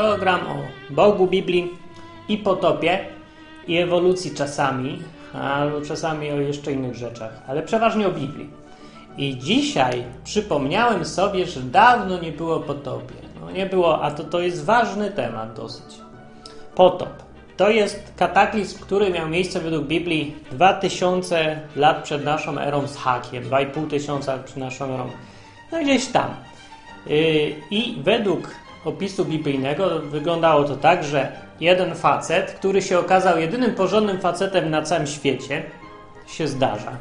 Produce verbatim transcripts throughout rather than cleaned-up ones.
Program o Bogu, Biblii i potopie i ewolucji czasami, albo czasami o jeszcze innych rzeczach, ale przeważnie o Biblii. I dzisiaj przypomniałem sobie, że dawno nie było o potopie. No nie było, a to, to jest ważny temat dosyć. Potop. To jest kataklizm, który miał miejsce według Biblii dwa tysiące lat przed naszą erą z hakiem, dwa i pół tysiąca przed naszą erą. No gdzieś tam. I według opisu biblijnego wyglądało to tak, że jeden facet, który się okazał jedynym porządnym facetem na całym świecie, się zdarza,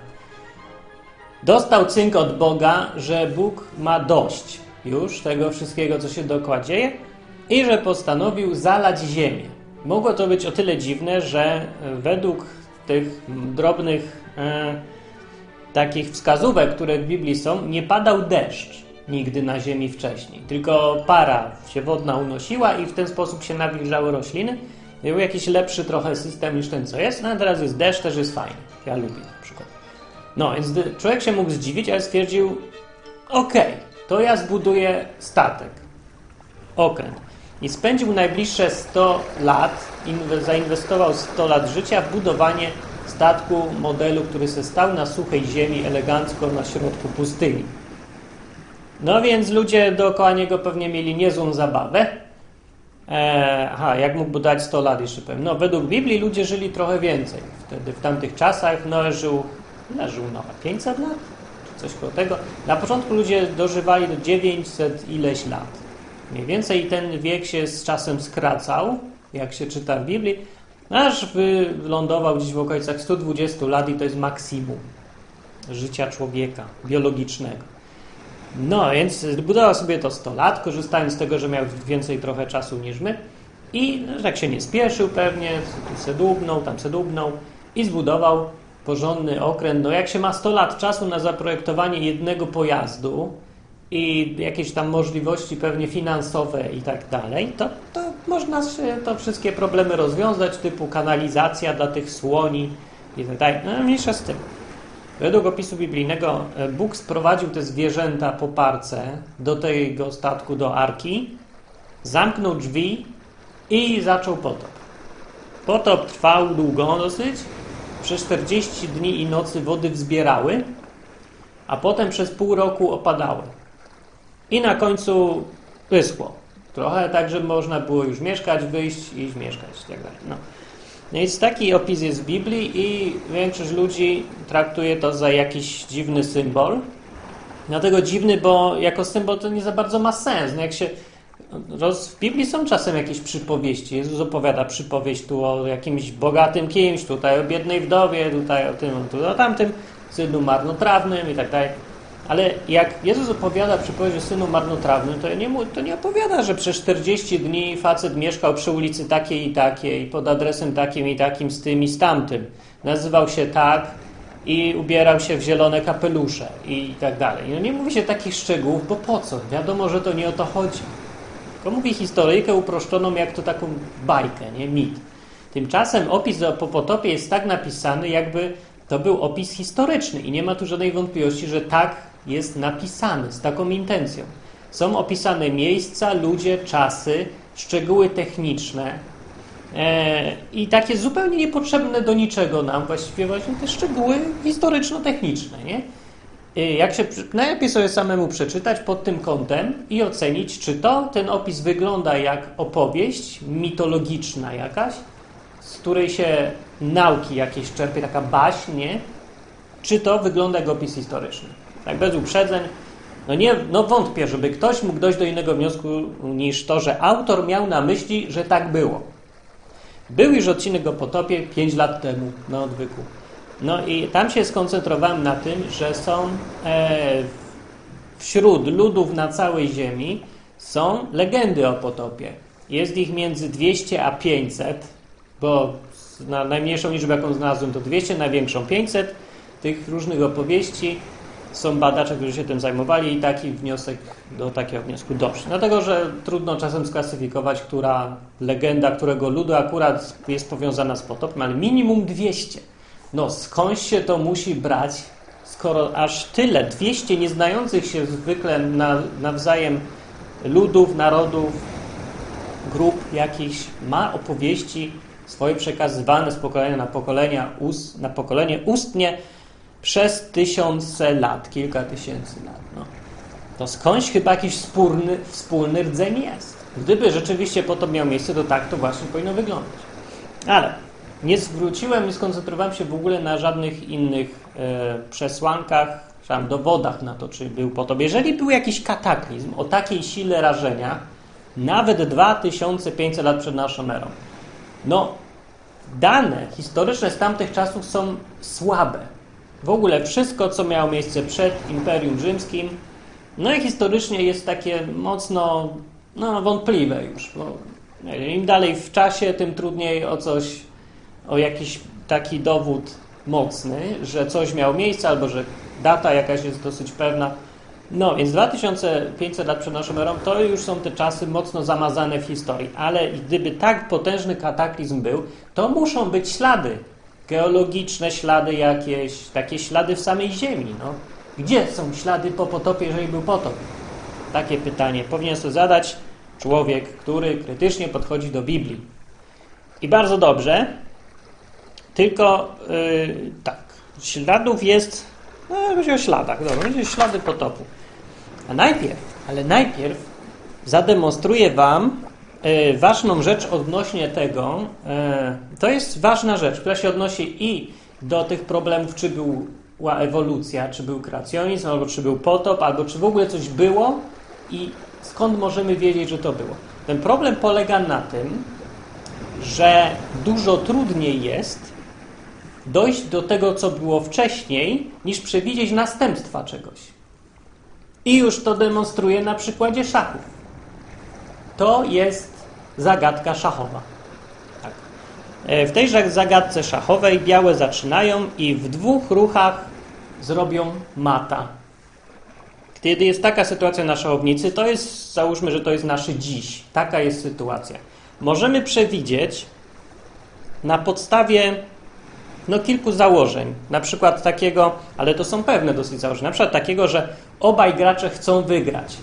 dostał cynk od Boga, że Bóg ma dość już tego wszystkiego, co się dookoła dzieje i że postanowił zalać ziemię. Mogło to być o tyle dziwne, że według tych drobnych e, takich wskazówek, które w Biblii są, nie padał deszcz nigdy na ziemi wcześniej. Tylko para się wodna unosiła i w ten sposób się nawilżały rośliny. Był jakiś lepszy trochę system niż ten, co jest. No a teraz jest deszcz, też jest fajny. Ja lubię na przykład. No, więc człowiek się mógł zdziwić, ale stwierdził, okej, okay, to ja zbuduję statek. Okręt. I spędził najbliższe sto lat, inwe, zainwestował sto lat życia w budowanie statku, modelu, który se stał na suchej ziemi elegancko na środku pustyni. No więc ludzie dookoła niego pewnie mieli niezłą zabawę. Eee, aha, jak mógł dać sto lat jeszcze powiem. No, według Biblii ludzie żyli trochę więcej. Wtedy, w tamtych czasach Noe żył, ile żył Noe? pięćset lat? Czy coś koło tego? Na początku ludzie dożywali do dziewięćset ileś lat. Mniej więcej ten wiek się z czasem skracał, jak się czyta w Biblii, aż wylądował gdzieś w okolicach sto dwadzieścia lat i to jest maksimum życia człowieka biologicznego. No, więc budował sobie to sto lat, korzystając z tego, że miał więcej trochę czasu niż my i tak się nie spieszył pewnie, tu se dłubnął, tam se dłubnął i zbudował porządny okręt. No jak się ma sto lat czasu na zaprojektowanie jednego pojazdu i jakieś tam możliwości pewnie finansowe i tak dalej, to, to można się to wszystkie problemy rozwiązać, typu kanalizacja dla tych słoni i tak dalej. No mniejsza z tym. Według opisu biblijnego Bóg sprowadził te zwierzęta po parce do tego statku, do arki, zamknął drzwi i zaczął potop. Potop trwał długo dosyć. Przez czterdzieści dni i nocy wody wzbierały, a potem przez pół roku opadały. I na końcu wyschło. Trochę tak, że można było już mieszkać, wyjść i mieszkać i tak dalej. No. No więc taki opis jest w Biblii i większość ludzi traktuje to za jakiś dziwny symbol. Dlatego dziwny, bo jako symbol to nie za bardzo ma sens. No jak się roz... W Biblii są czasem jakieś przypowieści. Jezus opowiada przypowieść tu o jakimś bogatym kimś, tutaj o biednej wdowie, tutaj o tym, tu o tamtym, synu marnotrawnym i tak dalej. Ale jak Jezus opowiada przypowieść o synu marnotrawnym, to nie, to nie opowiada, że przez czterdzieści dni facet mieszkał przy ulicy takiej i takiej, pod adresem takim i takim, z tym i z tamtym. Nazywał się tak i ubierał się w zielone kapelusze i tak dalej. No nie mówi się takich szczegółów, bo po co? Wiadomo, że to nie o to chodzi. Tylko mówi historyjkę uproszczoną, jak to taką bajkę, nie? Mit. Tymczasem opis po potopie jest tak napisany, jakby to był opis historyczny i nie ma tu żadnej wątpliwości, że tak jest napisany, z taką intencją. Są opisane miejsca, ludzie, czasy, szczegóły techniczne e, i takie zupełnie niepotrzebne do niczego nam, właściwie właśnie te szczegóły historyczno-techniczne, nie? E, jak się, najlepiej sobie samemu przeczytać pod tym kątem i ocenić, czy to ten opis wygląda jak opowieść mitologiczna jakaś, z której się nauki jakieś czerpie, taka baśń, nie? Czy to wygląda jak opis historyczny. Tak bez uprzedzeń. No, nie, no wątpię, żeby ktoś mógł dojść do innego wniosku niż to, że autor miał na myśli, że tak było. Był już odcinek o potopie pięć lat temu na odwyku. No i tam się skoncentrowałem na tym, że są e, wśród ludów na całej ziemi są legendy o potopie. Jest ich między dwieście a pięćset, bo na najmniejszą liczbę, jaką znalazłem, to dwieście, największą pięćset tych różnych opowieści. Są badacze, którzy się tym zajmowali i taki wniosek, do takiego wniosku doszli. Dlatego, że trudno czasem sklasyfikować, która legenda, którego ludu akurat jest powiązana z potopem, ale minimum dwieście. No skądś się to musi brać, skoro aż tyle, dwieście nieznających się zwykle na, nawzajem ludów, narodów grup jakichś ma opowieści swoje przekazywane z pokolenia na pokolenie, ust, na pokolenie ustnie przez tysiące lat, kilka tysięcy lat. No. To skądś chyba jakiś wspólny, wspólny rdzeń jest. Gdyby rzeczywiście potop miał miejsce, to tak to właśnie powinno wyglądać. Ale nie zwróciłem, nie skoncentrowałem się w ogóle na żadnych innych e, przesłankach, tam dowodach na to, czy był potop. Jeżeli był jakiś kataklizm o takiej sile rażenia, nawet dwa tysiące pięćset lat przed naszą erą, no, dane historyczne z tamtych czasów są słabe. W ogóle wszystko, co miało miejsce przed Imperium Rzymskim, no i historycznie jest takie mocno no, wątpliwe już. Bo im dalej w czasie, tym trudniej o coś, o jakiś taki dowód mocny, że coś miało miejsce, albo że data jakaś jest dosyć pewna. No, więc dwa tysiące pięćset lat przed naszą erą to już są te czasy mocno zamazane w historii. Ale gdyby tak potężny kataklizm był, to muszą być ślady geologiczne, ślady jakieś, takie ślady w samej ziemi. No. Gdzie są ślady po potopie, jeżeli był potop? Takie pytanie powinien sobie zadać człowiek, który krytycznie podchodzi do Biblii. I bardzo dobrze, tylko yy, tak, śladów jest, no będzie o śladach, dobra, będzie ślady potopu. A najpierw, ale najpierw zademonstruję wam yy, ważną rzecz odnośnie tego, yy, to jest ważna rzecz, która się odnosi i do tych problemów, czy była ewolucja, czy był kreacjonizm, albo czy był potop, albo czy w ogóle coś było i skąd możemy wiedzieć, że to było. Ten problem polega na tym, że dużo trudniej jest dojść do tego, co było wcześniej, niż przewidzieć następstwa czegoś. I już to demonstruję na przykładzie szachów. To jest zagadka szachowa. Tak. W tejże zagadce szachowej białe zaczynają i w dwóch ruchach zrobią mata. Kiedy jest taka sytuacja na szachownicy, to jest, załóżmy, że to jest nasze dziś. Taka jest sytuacja. Możemy przewidzieć na podstawie no, kilku założeń. Na przykład takiego, ale to są pewne dosyć założenia, na przykład takiego, że obaj gracze chcą wygrać.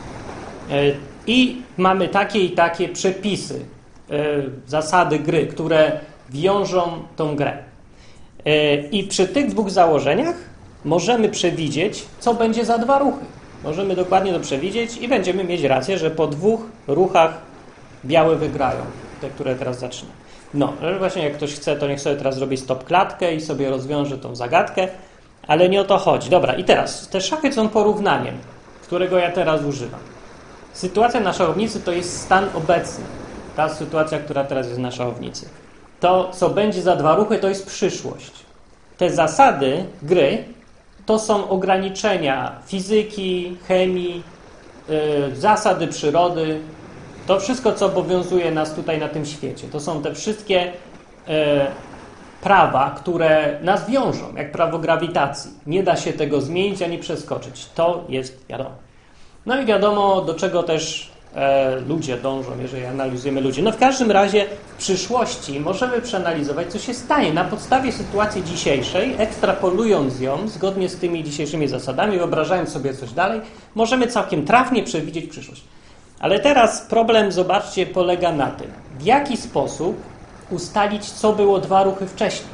I mamy takie i takie przepisy, zasady gry, które wiążą tą grę. I przy tych dwóch założeniach możemy przewidzieć, co będzie za dwa ruchy. Możemy dokładnie to przewidzieć i będziemy mieć rację, że po dwóch ruchach białe wygrają, te, które teraz zaczyna. No, właśnie jak ktoś chce, to niech sobie teraz zrobi stop klatkę i sobie rozwiąże tą zagadkę, ale nie o to chodzi. Dobra, i teraz, te szachy są porównaniem, którego ja teraz używam. Sytuacja na szachownicy to jest stan obecny. Ta sytuacja, która teraz jest na szachownicy. To, co będzie za dwa ruchy, to jest przyszłość. Te zasady gry to są ograniczenia fizyki, chemii, yy, zasady przyrody. To wszystko, co obowiązuje nas tutaj na tym świecie. To są te wszystkie yy, prawa, które nas wiążą, jak prawo grawitacji. Nie da się tego zmienić ani przeskoczyć. To jest wiadomo. No i wiadomo, do czego też e, ludzie dążą, jeżeli analizujemy ludzi. No w każdym razie w przyszłości możemy przeanalizować, co się stanie na podstawie sytuacji dzisiejszej, ekstrapolując ją zgodnie z tymi dzisiejszymi zasadami, wyobrażając sobie coś dalej, możemy całkiem trafnie przewidzieć przyszłość. Ale teraz problem, zobaczcie, polega na tym, w jaki sposób ustalić, co było dwa ruchy wcześniej.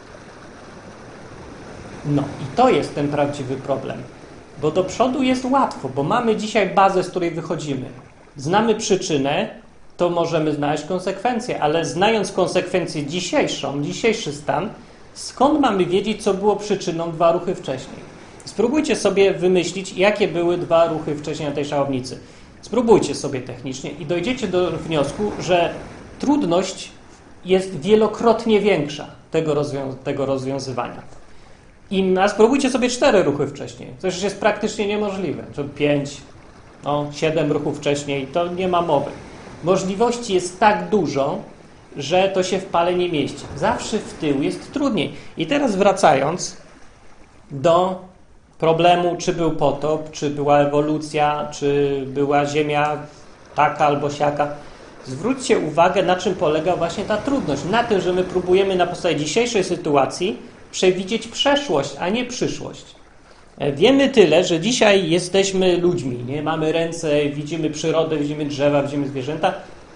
No i to jest ten prawdziwy problem. Bo do przodu jest łatwo, bo mamy dzisiaj bazę, z której wychodzimy. Znamy przyczynę, to możemy znaleźć konsekwencje, ale znając konsekwencję dzisiejszą, dzisiejszy stan, skąd mamy wiedzieć, co było przyczyną dwa ruchy wcześniej? Spróbujcie sobie wymyślić, jakie były dwa ruchy wcześniej na tej szachownicy. Spróbujcie sobie technicznie i dojdziecie do wniosku, że trudność jest wielokrotnie większa tego, rozwią- tego rozwiązywania. I a spróbujcie sobie cztery ruchy wcześniej. To już jest praktycznie niemożliwe. Czy pięć, no, siedem ruchów wcześniej, to nie ma mowy. Możliwości jest tak dużo, że to się w pale nie mieści. Zawsze w tył jest trudniej. I teraz wracając do problemu, czy był potop, czy była ewolucja, czy była Ziemia taka albo siaka. Zwróćcie uwagę, na czym polega właśnie ta trudność. Na tym, że my próbujemy na podstawie dzisiejszej sytuacji przewidzieć przeszłość, a nie przyszłość. Wiemy tyle, że dzisiaj jesteśmy ludźmi, nie? Mamy ręce, widzimy przyrodę, widzimy drzewa, widzimy zwierzęta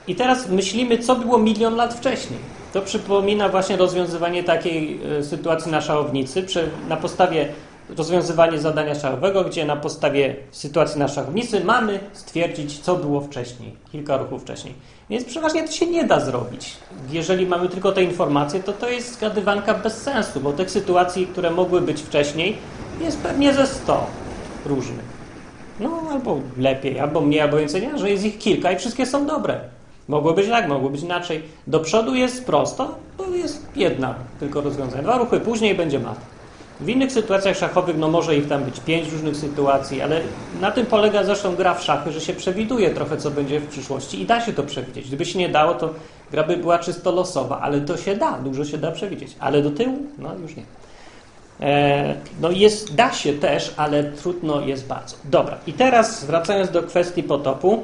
I teraz myślimy, co było milion lat wcześniej. To przypomina właśnie rozwiązywanie takiej y, sytuacji na szachownicy przy, na podstawie rozwiązywanie zadania szachowego, gdzie na podstawie sytuacji na szachownicy mamy stwierdzić, co było wcześniej, kilka ruchów wcześniej. Więc przeważnie to się nie da zrobić. Jeżeli mamy tylko te informacje, to to jest zgadywanka bez sensu, bo tych sytuacji, które mogły być wcześniej, jest pewnie ze sto różnych. No, albo lepiej, albo mniej, albo więcej, nie, że jest ich kilka i wszystkie są dobre. Mogło być tak, mogło być inaczej. Do przodu jest prosto, to jest jedna tylko rozwiązanie. Dwa ruchy później będzie mat. W innych sytuacjach szachowych, no może ich tam być pięć różnych sytuacji, ale na tym polega zresztą gra w szachy, że się przewiduje trochę, co będzie w przyszłości i da się to przewidzieć. Gdyby się nie dało, to gra by była czysto losowa, ale to się da, dużo się da przewidzieć. Ale do tyłu? No już nie. E, no jest, da się też, ale trudno jest bardzo. Dobra, i teraz wracając do kwestii potopu,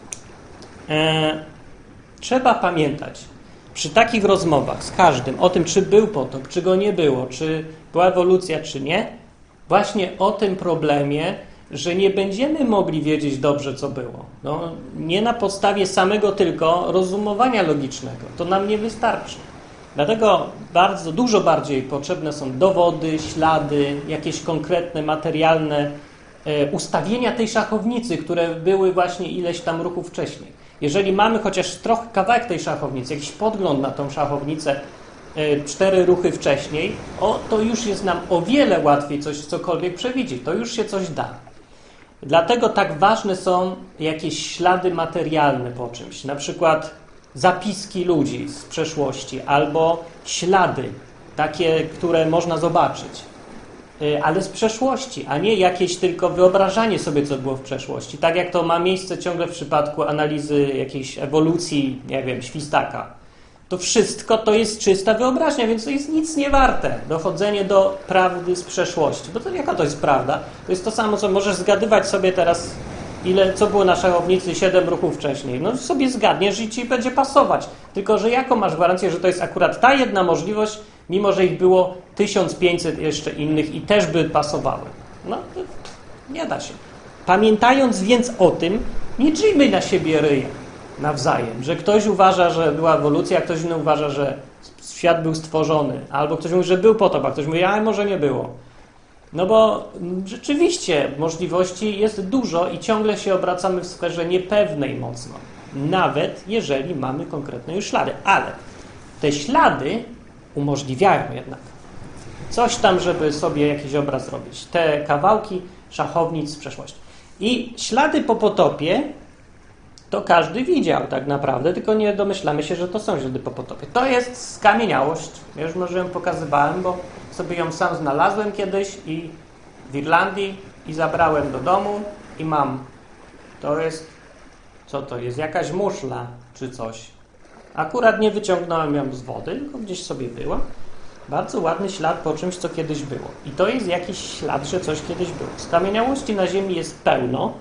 e, trzeba pamiętać, przy takich rozmowach z każdym o tym, czy był potop, czy go nie było, czy była ewolucja, czy nie, właśnie o tym problemie, że nie będziemy mogli wiedzieć dobrze, co było. No, nie na podstawie samego tylko rozumowania logicznego. To nam nie wystarczy. Dlatego bardzo, dużo bardziej potrzebne są dowody, ślady, jakieś konkretne, materialne e, ustawienia tej szachownicy, które były właśnie ileś tam ruchów wcześniej. Jeżeli mamy chociaż trochę kawałek tej szachownicy, jakiś podgląd na tą szachownicę e, cztery ruchy wcześniej, o, to już jest nam o wiele łatwiej coś cokolwiek przewidzieć. To już się coś da. Dlatego tak ważne są jakieś ślady materialne po czymś. Na przykład zapiski ludzi z przeszłości albo ślady, takie, które można zobaczyć, ale z przeszłości, a nie jakieś tylko wyobrażanie sobie, co było w przeszłości. Tak jak to ma miejsce ciągle w przypadku analizy jakiejś ewolucji, nie wiem, świstaka. To wszystko to jest czysta wyobraźnia, więc to jest nic nie warte. Dochodzenie do prawdy z przeszłości. Bo to jaka to jest prawda? To jest to samo, co możesz zgadywać sobie teraz, ile, co było na szachownicy siedem ruchów wcześniej. No sobie zgadniesz i ci będzie pasować. Tylko, że jaką masz gwarancję, że to jest akurat ta jedna możliwość, mimo że ich było tysiąc pięćset jeszcze innych i też by pasowały. No, to nie da się. Pamiętając więc o tym, nie drzijmy na siebie ryja nawzajem, że ktoś uważa, że była ewolucja, a ktoś inny uważa, że świat był stworzony, albo ktoś mówi, że był potop, a ktoś mówi, a może nie było. No bo rzeczywiście możliwości jest dużo i ciągle się obracamy w sferze niepewnej mocno. Nawet jeżeli mamy konkretne już ślady. Ale te ślady umożliwiają jednak coś tam, żeby sobie jakiś obraz zrobić. Te kawałki szachownic z przeszłości. I ślady po potopie to każdy widział tak naprawdę, tylko nie domyślamy się, że to są ślady po potopie. To jest skamieniałość. Ja już może ją pokazywałem, bo sobie ją sam znalazłem kiedyś i w Irlandii i zabrałem do domu i mam. To jest, co to jest? Jakaś muszla czy coś. Akurat nie wyciągnąłem ją z wody, tylko gdzieś sobie była. Bardzo ładny ślad po czymś, co kiedyś było. I to jest jakiś ślad, że coś kiedyś było. Skamieniałości na ziemi jest pełno.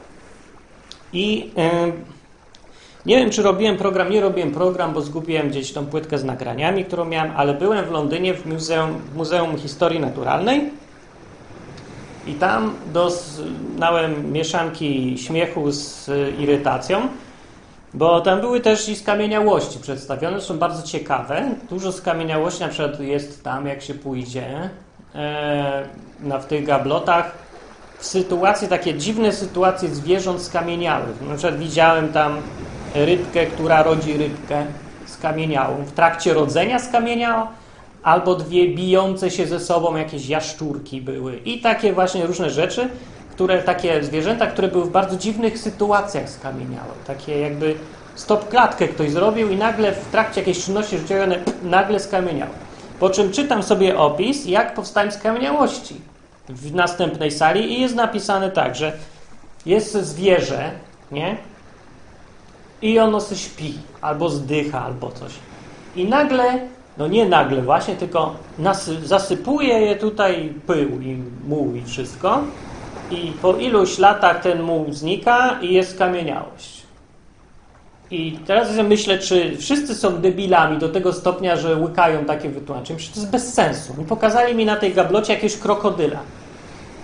I yy, nie wiem, czy robiłem program, nie robiłem program, bo zgubiłem gdzieś tą płytkę z nagraniami, którą miałem, ale byłem w Londynie w Muzeum, w Muzeum Historii Naturalnej i tam doznałem mieszanki śmiechu z irytacją, bo tam były też i skamieniałości przedstawione, są bardzo ciekawe. Dużo skamieniałości na przykład jest tam, jak się pójdzie, e, na, w tych gablotach, sytuacje, takie dziwne sytuacje zwierząt skamieniałych. Na przykład widziałem tam rybkę, która rodzi rybkę skamieniałą. W trakcie rodzenia skamieniała, albo dwie bijące się ze sobą jakieś jaszczurki były. I takie właśnie różne rzeczy, które, takie zwierzęta, które były w bardzo dziwnych sytuacjach skamieniałe. Takie jakby stop-klatkę ktoś zrobił i nagle w trakcie jakiejś czynności życiowej one nagle skamieniały. Po czym czytam sobie opis, jak powstają skamieniałości w następnej sali i jest napisane tak, że jest zwierzę, nie? I ono se śpi, albo zdycha, albo coś. I nagle, no nie nagle właśnie, tylko nasy- zasypuje je tutaj pył i muł i wszystko. I po iluś latach ten muł znika i jest skamieniałość. I teraz myślę, czy wszyscy są debilami do tego stopnia, że łykają takie wytłumaczenia. Przecież to jest bez sensu. Pokazali mi na tej gablocie jakiegoś krokodyla.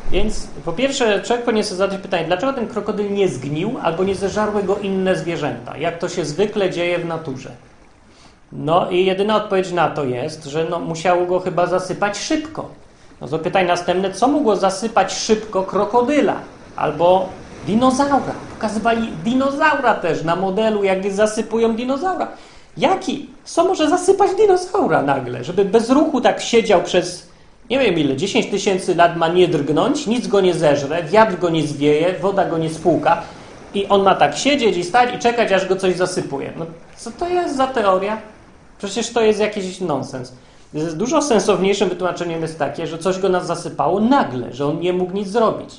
Więc po pierwsze człowiek powinien sobie zadać pytanie, dlaczego ten krokodyl nie zgnił albo nie zeżarły go inne zwierzęta, jak to się zwykle dzieje w naturze. No i jedyna odpowiedź na to jest, że no, musiało go chyba zasypać szybko. No to pytanie następne, co mogło zasypać szybko krokodyla albo dinozaura? Pokazywali dinozaura też na modelu, jak zasypują dinozaura. Jaki? Co może zasypać dinozaura nagle? Żeby bez ruchu tak siedział przez, nie wiem ile, dziesięć tysięcy lat ma nie drgnąć, nic go nie zeżre, wiatr go nie zwieje, woda go nie spłuka i on ma tak siedzieć i stać i czekać, aż go coś zasypuje. No co to jest za teoria? Przecież to jest jakiś nonsens. Dużo sensowniejszym wytłumaczeniem jest takie, że coś go nas zasypało nagle, że on nie mógł nic zrobić.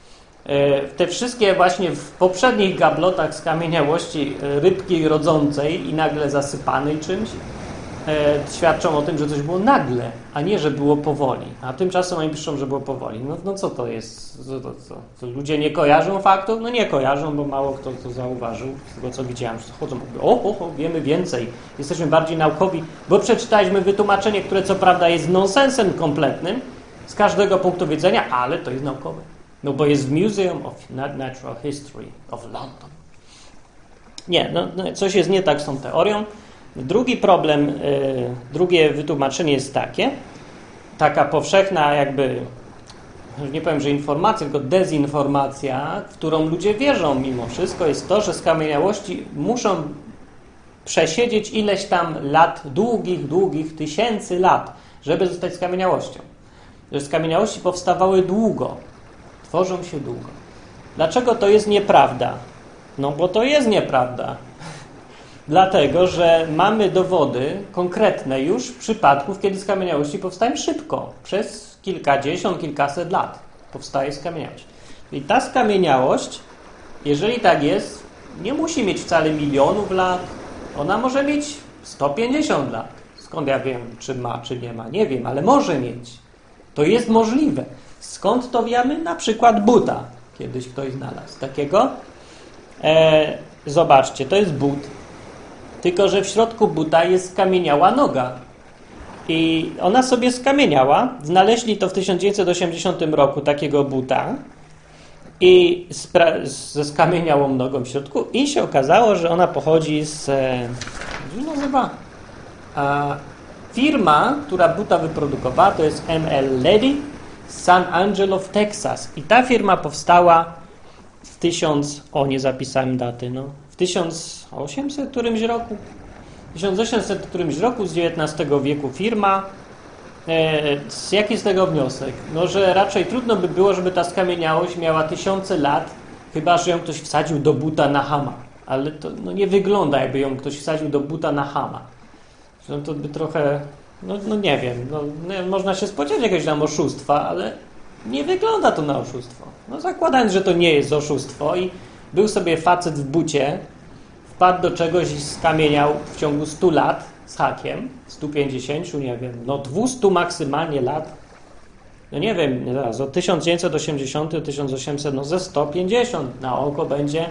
Te wszystkie właśnie w poprzednich gablotach skamieniałości rybki rodzącej i nagle zasypanej czymś świadczą o tym, że coś było nagle, a nie, że było powoli. A tymczasem oni piszą, że było powoli. No, no co to jest? Co, to, co? To ludzie nie kojarzą faktów? No nie kojarzą, bo mało kto to zauważył. Z tego co widziałem, że chodzą, mówią, o, o, o, wiemy więcej. Jesteśmy bardziej naukowi, bo przeczytaliśmy wytłumaczenie, które co prawda jest nonsensem kompletnym z każdego punktu widzenia, ale to jest naukowe. No bo jest w Museum of Natural History of London. Nie, no, no coś jest nie tak z tą teorią. Drugi problem, yy, drugie wytłumaczenie jest takie, taka powszechna jakby, nie powiem, że informacja, tylko dezinformacja, w którą ludzie wierzą mimo wszystko, jest to, że skamieniałości muszą przesiedzieć ileś tam lat, długich, długich, tysięcy lat, żeby zostać skamieniałością. Że skamieniałości powstawały długo, tworzą się długo. Dlaczego to jest nieprawda? No bo to jest nieprawda. Dlatego, że mamy dowody konkretne już przypadków, kiedy skamieniałości powstają szybko. Przez kilkadziesiąt, kilkaset lat powstaje skamieniałość. I ta skamieniałość, jeżeli tak jest, nie musi mieć wcale milionów lat. Ona może mieć sto pięćdziesiąt lat. Skąd ja wiem, czy ma, czy nie ma? Nie wiem, ale może mieć. To jest możliwe. Skąd to wiemy? Na przykład buta. Kiedyś ktoś znalazł takiego. E, zobaczcie, to jest but. Tylko że w środku buta jest skamieniała noga. I ona sobie skamieniała. Znaleźli to w tysiąc dziewięćset osiemdziesiątym roku takiego buta i spra- ze skamieniałą nogą w środku i się okazało, że ona pochodzi z jak się nazywa? A, firma, która buta wyprodukowała, to jest M L Ledy z San Angelo w Texas. I ta firma powstała w tysiąc... O, nie zapisałem daty, no. W tysiąc osiemset którymś roku. W tysiąc osiemset którymś roku z dziewiętnastego wieku firma. E, jaki z tego wniosek? No, że raczej trudno by było, żeby ta skamieniałość miała tysiące lat, chyba że ją ktoś wsadził do buta na hama. Ale to no, nie wygląda, jakby ją ktoś wsadził do buta na hama. No, to by trochę... No, no nie wiem, no, no, można się spodziewać jakiegoś tam oszustwa, ale nie wygląda to na oszustwo. No zakładając, że to nie jest oszustwo i był sobie facet w bucie, wpadł do czegoś i skamieniał w ciągu stu lat z hakiem, stu pięćdziesięciu, nie wiem, no dwustu maksymalnie lat, no nie wiem, zaraz, od tysiąc dziewięćset osiemdziesiątego do tysiąc osiemset, no ze sto pięćdziesiąt na oko będzie,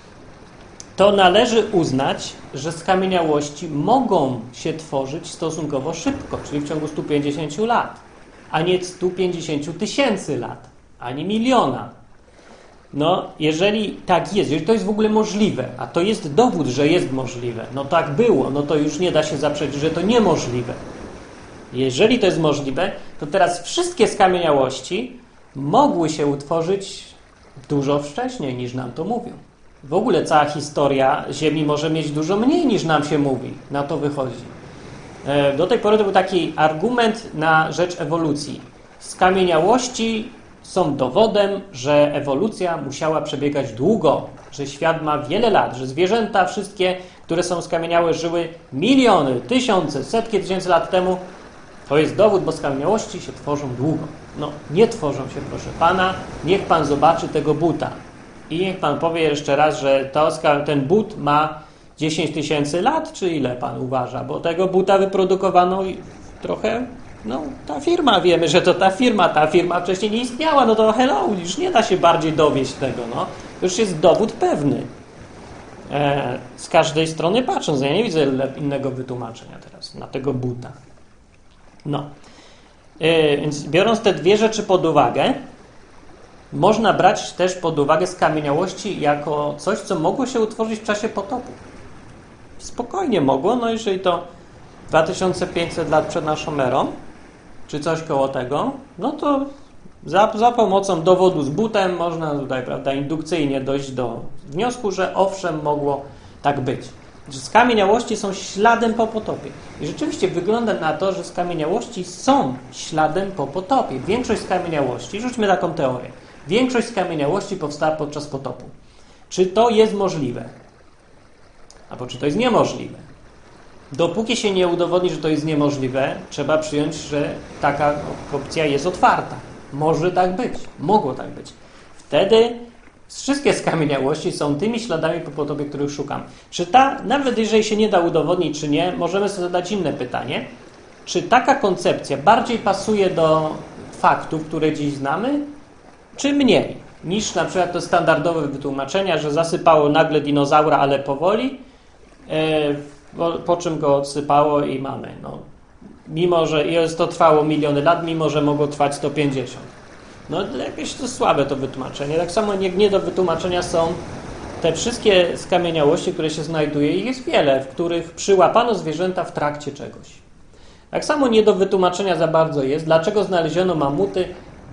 to należy uznać, że skamieniałości mogą się tworzyć stosunkowo szybko, czyli w ciągu stu pięćdziesięciu lat, a nie stu pięćdziesięciu tysięcy lat, ani miliona. No, jeżeli tak jest, jeżeli to jest w ogóle możliwe, a to jest dowód, że jest możliwe, no tak było, no to już nie da się zaprzeczyć, że to niemożliwe. Jeżeli to jest możliwe, to teraz wszystkie skamieniałości mogły się utworzyć dużo wcześniej, niż nam to mówią. W ogóle cała historia Ziemi może mieć dużo mniej, niż nam się mówi. Na to wychodzi. Do tej pory to był taki argument na rzecz ewolucji. Skamieniałości są dowodem, że ewolucja musiała przebiegać długo, że świat ma wiele lat, że zwierzęta wszystkie, które są skamieniałe, żyły miliony, tysiące, setki tysięcy lat temu. To jest dowód, bo skamieniałości się tworzą długo. No, nie tworzą się, proszę Pana. Niech Pan zobaczy tego buta. I niech Pan powie jeszcze raz, że to, ten but ma dziesięć tysięcy lat, czy ile Pan uważa? Bo tego buta wyprodukowano trochę, no ta firma, wiemy, że to ta firma, ta firma wcześniej nie istniała, no to hello, już nie da się bardziej dowieść tego, no. To już jest dowód pewny. E, z każdej strony patrząc, ja nie widzę innego wytłumaczenia teraz na tego buta. No. E, więc biorąc te dwie rzeczy pod uwagę, można brać też pod uwagę skamieniałości jako coś, co mogło się utworzyć w czasie potopu. Spokojnie mogło, no jeżeli to dwa tysiące pięćset lat przed naszą erą, czy coś koło tego, no to za, za pomocą dowodu z butem można tutaj, prawda, indukcyjnie dojść do wniosku, że owszem, mogło tak być. Że skamieniałości są śladem po potopie. I rzeczywiście wygląda na to, że skamieniałości są śladem po potopie. Większość skamieniałości, rzućmy taką teorię, większość skamieniałości powstała podczas potopu. Czy to jest możliwe? Albo czy to jest niemożliwe? Dopóki się nie udowodni, że to jest niemożliwe, trzeba przyjąć, że taka opcja jest otwarta. Może tak być. Mogło tak być. Wtedy wszystkie skamieniałości są tymi śladami po potopie, których szukam. Czy ta, nawet jeżeli się nie da udowodnić, czy nie, możemy sobie zadać inne pytanie. Czy taka koncepcja bardziej pasuje do faktów, które dziś znamy, czy mniej? Niż na przykład to standardowe wytłumaczenia, że zasypało nagle dinozaura, ale powoli, yy, po, po czym go odsypało i mamy. No, mimo, że jest to trwało miliony lat, mimo, że mogło trwać sto pięćdziesiąt. No jakieś to słabe to wytłumaczenie. Tak samo nie, nie do wytłumaczenia są te wszystkie skamieniałości, które się znajduje, ich jest wiele, w których przyłapano zwierzęta w trakcie czegoś. Tak samo nie do wytłumaczenia za bardzo jest, dlaczego znaleziono mamuty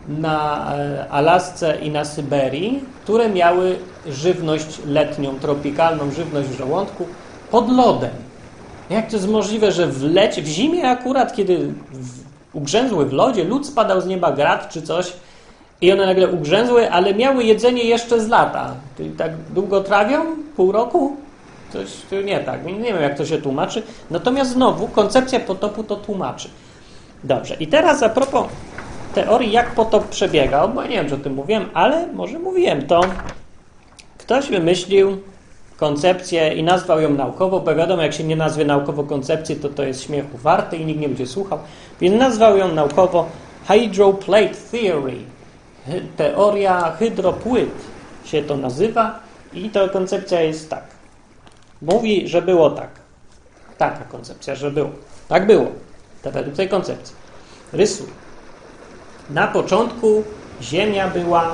na Alasce i na Syberii, które miały żywność letnią, tropikalną żywność w żołądku pod lodem. Jak to jest możliwe, że w, lecie, w zimie akurat, kiedy w, ugrzęzły w lodzie, lód spadał z nieba, grad czy coś i one nagle ugrzęzły, ale miały jedzenie jeszcze z lata. Czyli tak długo trawią? Pół roku? Coś tu nie tak. Nie wiem, jak to się tłumaczy. Natomiast znowu koncepcja potopu to tłumaczy. Dobrze. I teraz a propos teorii, jak potop przebiegał, bo ja nie wiem, czy o tym mówiłem, ale może mówiłem, to ktoś wymyślił koncepcję i nazwał ją naukowo, bo wiadomo, jak się nie nazwie naukowo koncepcji, to to jest śmiechu warte i nikt nie będzie słuchał, więc nazwał ją naukowo Hydroplate Theory. Teoria hydropłyt się to nazywa i ta koncepcja jest tak. Mówi, że było tak. Taka koncepcja, że było. Tak było. To według tej koncepcji. Rysuj. Na początku Ziemia była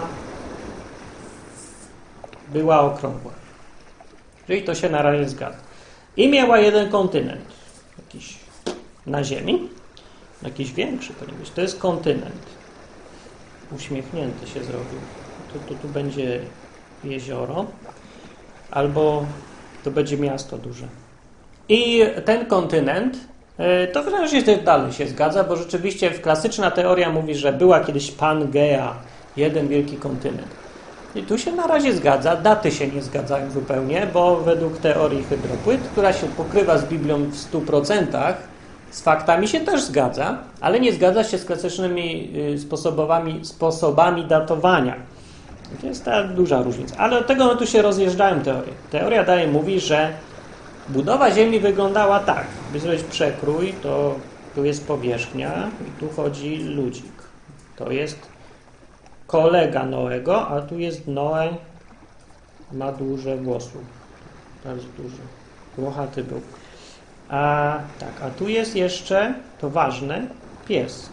była okrągła. Czyli to się na razie zgadza. I miała jeden kontynent. Jakiś na Ziemi. Jakiś większy powinien być. To jest kontynent. Uśmiechnięty się zrobił. Tu, tu, tu będzie jezioro. Albo to będzie miasto duże. I ten kontynent, to wreszcie dalej się zgadza, bo rzeczywiście klasyczna teoria mówi, że była kiedyś Pangea, jeden wielki kontynent. I tu się na razie zgadza, daty się nie zgadzają zupełnie, bo według teorii hydropłyt, która się pokrywa z Biblią w stu procentach, z faktami się też zgadza, ale nie zgadza się z klasycznymi sposobami, sposobami datowania. To jest ta duża różnica. Ale od tego no, tu się rozjeżdżają teorie. Teoria dalej mówi, że budowa Ziemi wyglądała tak. By zrobić przekrój, to tu jest powierzchnia i tu chodzi ludzik. To jest kolega Noego, a tu jest Noe, ma duże włosów. Bardzo duży. Włochaty był. A tak, a tu jest jeszcze, to ważne, pies.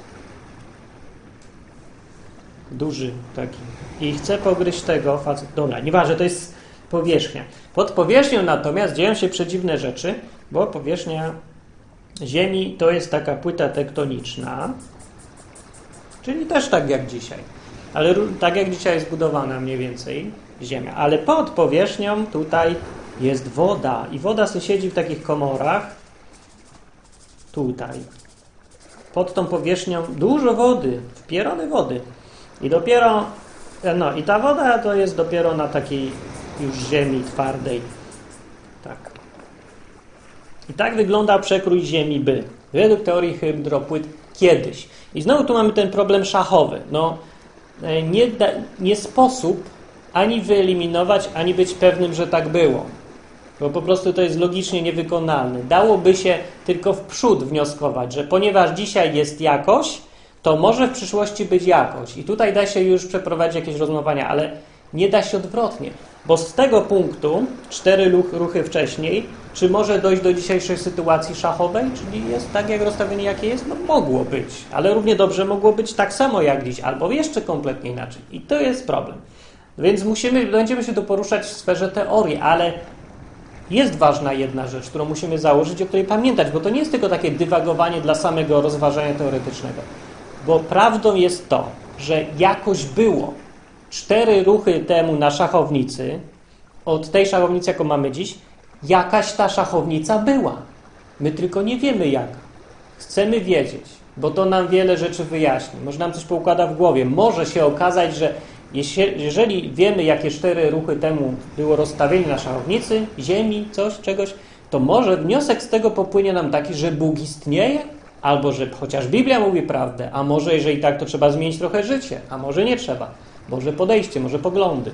Duży taki. I chce pogryźć tego facet. Dobra, nieważne, to jest powierzchnia. Pod powierzchnią natomiast dzieją się przedziwne rzeczy, bo powierzchnia Ziemi to jest taka płyta tektoniczna, czyli też tak jak dzisiaj. Ale tak jak dzisiaj jest budowana mniej więcej Ziemia. Ale pod powierzchnią tutaj jest woda. I woda sobie siedzi w takich komorach. Tutaj. Pod tą powierzchnią dużo wody. Wpierone wody. I dopiero, no i ta woda to jest dopiero na takiej już ziemi twardej. Tak. I tak wygląda przekrój Ziemi by. Według teorii hydropłyt kiedyś. I znowu tu mamy ten problem szachowy. No, nie, da, nie sposób ani wyeliminować, ani być pewnym, że tak było. Bo po prostu to jest logicznie niewykonalne. Dałoby się tylko w przód wnioskować, że ponieważ dzisiaj jest jakoś, to może w przyszłości być jakoś. I tutaj da się już przeprowadzić jakieś rozmowania, ale nie da się odwrotnie. Bo z tego punktu, cztery ruchy wcześniej, Czy może dojść do dzisiejszej sytuacji szachowej, czyli jest tak jak rozstawienie jakie jest? No mogło być, ale równie dobrze mogło być tak samo jak dziś, albo jeszcze kompletnie inaczej. I to jest problem. Więc musimy, będziemy się tu poruszać w sferze teorii, ale jest ważna jedna rzecz, którą musimy założyć, o której pamiętać, bo to nie jest tylko takie dywagowanie dla samego rozważania teoretycznego. Bo prawdą jest to, że jakoś było cztery ruchy temu na szachownicy, od tej szachownicy, jaką mamy dziś, jakaś ta szachownica była. My tylko nie wiemy jaka. Chcemy wiedzieć, bo to nam wiele rzeczy wyjaśni. Może nam coś poukłada w głowie. Może się okazać, że jeżeli wiemy, jakie cztery ruchy temu było rozstawienie na szachownicy, ziemi, coś, czegoś, to może wniosek z tego popłynie nam taki, że Bóg istnieje, albo że chociaż Biblia mówi prawdę, a może jeżeli tak, to trzeba zmienić trochę życie, a może nie trzeba. Może podejście, może poglądy.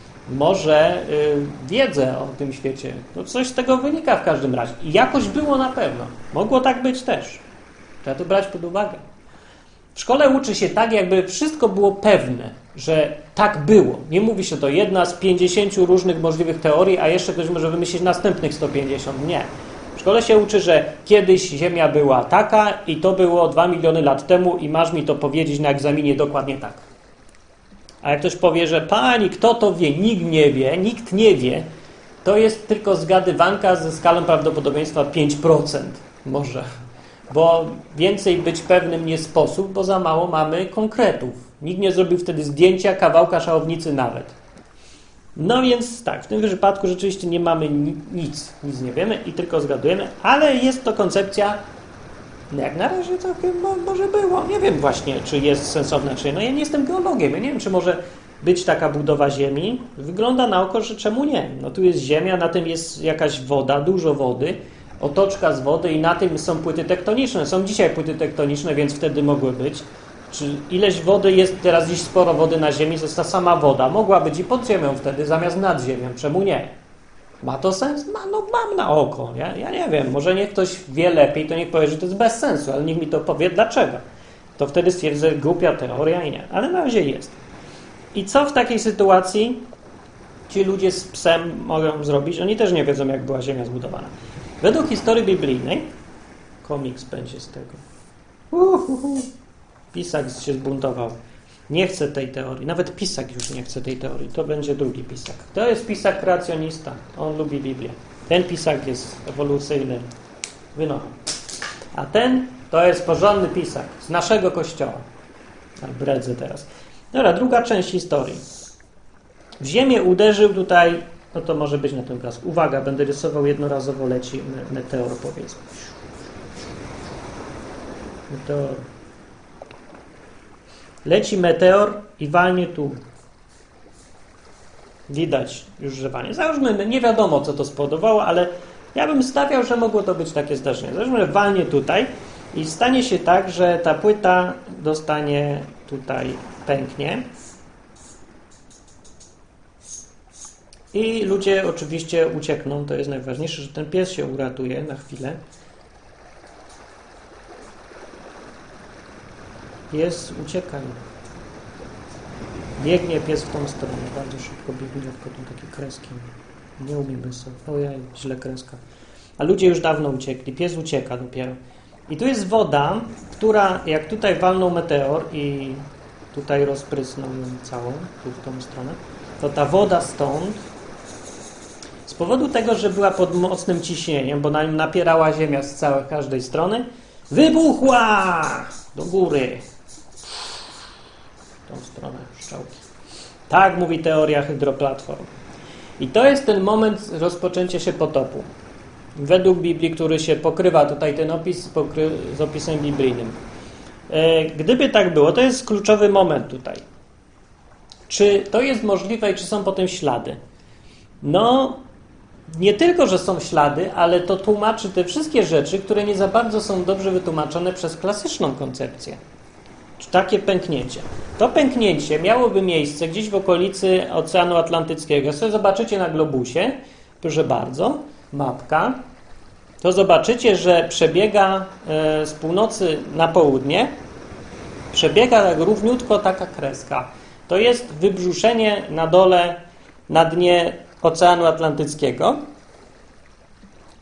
Może y, wiedzę o tym świecie. No coś z tego wynika w każdym razie. I jakoś było na pewno. Mogło tak być też. Trzeba to brać pod uwagę. W szkole uczy się tak, jakby wszystko było pewne, że tak było. Nie mówi się to jedna z pięćdziesięciu różnych możliwych teorii, a jeszcze ktoś może wymyślić następnych sto pięćdziesiąt. Nie. W szkole się uczy, że kiedyś Ziemia była taka i to było dwa miliony lat temu i masz mi to powiedzieć na egzaminie dokładnie tak. A jak ktoś powie, że pani, kto to wie, nikt nie wie, nikt nie wie, to jest tylko zgadywanka ze skalą prawdopodobieństwa pięć procent może. Bo więcej być pewnym nie sposób, bo za mało mamy konkretów. Nikt nie zrobił wtedy zdjęcia kawałka szachownicy nawet. No więc tak, w tym wypadku rzeczywiście nie mamy nic, nic nie wiemy i tylko zgadujemy, ale jest to koncepcja, jak na razie to chyba może było. Nie wiem właśnie, czy jest sensowna, czy nie. No ja nie jestem geologiem, ja nie wiem, czy może być taka budowa Ziemi. Wygląda na oko, że czemu nie? No tu jest Ziemia, na tym jest jakaś woda, dużo wody, otoczka z wody i na tym są płyty tektoniczne. Są dzisiaj płyty tektoniczne, więc wtedy mogły być. Czy ileś wody jest, teraz dziś sporo wody na Ziemi, to jest ta sama woda. Mogła być i pod ziemią wtedy, zamiast nad ziemią. Czemu nie? Ma to sens? Ma, no mam na oko. Ja, ja nie wiem, może niech ktoś wie lepiej, to niech powie, że to jest bez sensu, ale niech mi to powie dlaczego. To wtedy stwierdzę, głupia teoria i nie. Ale na razie jest. I co w takiej sytuacji ci ludzie z psem mogą zrobić? Oni też nie wiedzą, jak była Ziemia zbudowana. Według historii biblijnej, komiks będzie z tego. Uhuhu. Pisak się zbuntował. Nie chce tej teorii. Nawet Pisak już nie chce tej teorii. To będzie drugi Pisak. To jest Pisak kreacjonista. On lubi Biblię. Ten Pisak jest ewolucyjny. Wynocha. A ten to jest porządny Pisak z naszego kościoła. A bredzę teraz. Dobra, druga część historii. W ziemię uderzył tutaj, no to może być na tym obrazku. Uwaga, będę rysował jednorazowo, leci meteor, powiedzmy. Meteor. Leci meteor i walnie tu. Widać już, że walnie. Załóżmy, nie wiadomo, co to spowodowało, ale ja bym stawiał, że mogło to być takie zdarzenie. Załóżmy, że walnie tutaj i stanie się tak, że ta płyta dostanie tutaj, pęknie. I ludzie oczywiście uciekną. To jest najważniejsze, że ten pies się uratuje na chwilę. Pies ucieka. Biegnie pies w tą stronę. Bardzo szybko biegnie, wchodzą takie kreski. Nie umiem sobie. Ojej, źle kreska. A ludzie już dawno uciekli. Pies ucieka dopiero. I tu jest woda, która jak tutaj walnął meteor i tutaj rozprysnął ją całą, tu w tą stronę, to ta woda stąd z powodu tego, że była pod mocnym ciśnieniem, bo na nim napierała ziemia z całej każdej strony, wybuchła do góry. W tą stronę szczałki. Tak mówi teoria hydroplatform. I to jest ten moment rozpoczęcia się potopu. Według Biblii, który się pokrywa tutaj ten opis pokry- z opisem biblijnym. E, gdyby tak było, to jest kluczowy moment tutaj. Czy to jest możliwe i czy są potem ślady? No, nie tylko, że są ślady, ale to tłumaczy te wszystkie rzeczy, które nie za bardzo są dobrze wytłumaczone przez klasyczną koncepcję. Czy takie pęknięcie. To pęknięcie miałoby miejsce gdzieś w okolicy Oceanu Atlantyckiego. Jak sobie zobaczycie na globusie, proszę bardzo, mapka, to zobaczycie, że przebiega z północy na południe, przebiega tak równiutko taka kreska. To jest wybrzuszenie na dole, na dnie Oceanu Atlantyckiego